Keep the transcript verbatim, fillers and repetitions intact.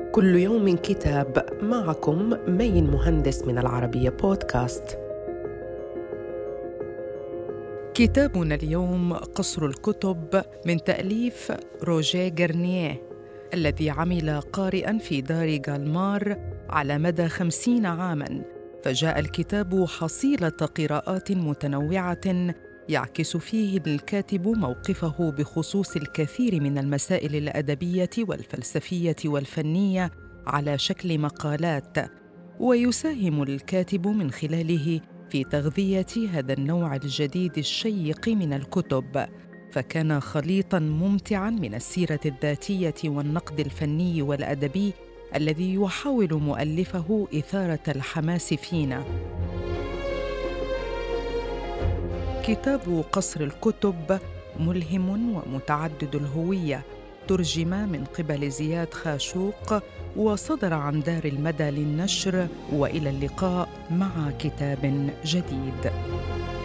كل يوم كتاب، معكم مين مهندس من العربية بودكاست. كتابنا اليوم قصر الكتب من تأليف روجيه غارنييه، الذي عمل قارئاً في دار غالمار على مدى خمسين عاماً، فجاء الكتاب حصيلة قراءات متنوعة يعكس فيه الكاتب موقفه بخصوص الكثير من المسائل الأدبية والفلسفية والفنية على شكل مقالات، ويساهم الكاتب من خلاله في تغذية هذا النوع الجديد الشيق من الكتب، فكان خليطاً ممتعاً من السيرة الذاتية والنقد الفني والأدبي الذي يحاول مؤلفه إثارة الحماس فينا. كتاب قصر الكتب ملهم ومتعدد الهوية، ترجم من قبل زياد خاشوق وصدر عن دار المدى للنشر، وإلى اللقاء مع كتاب جديد.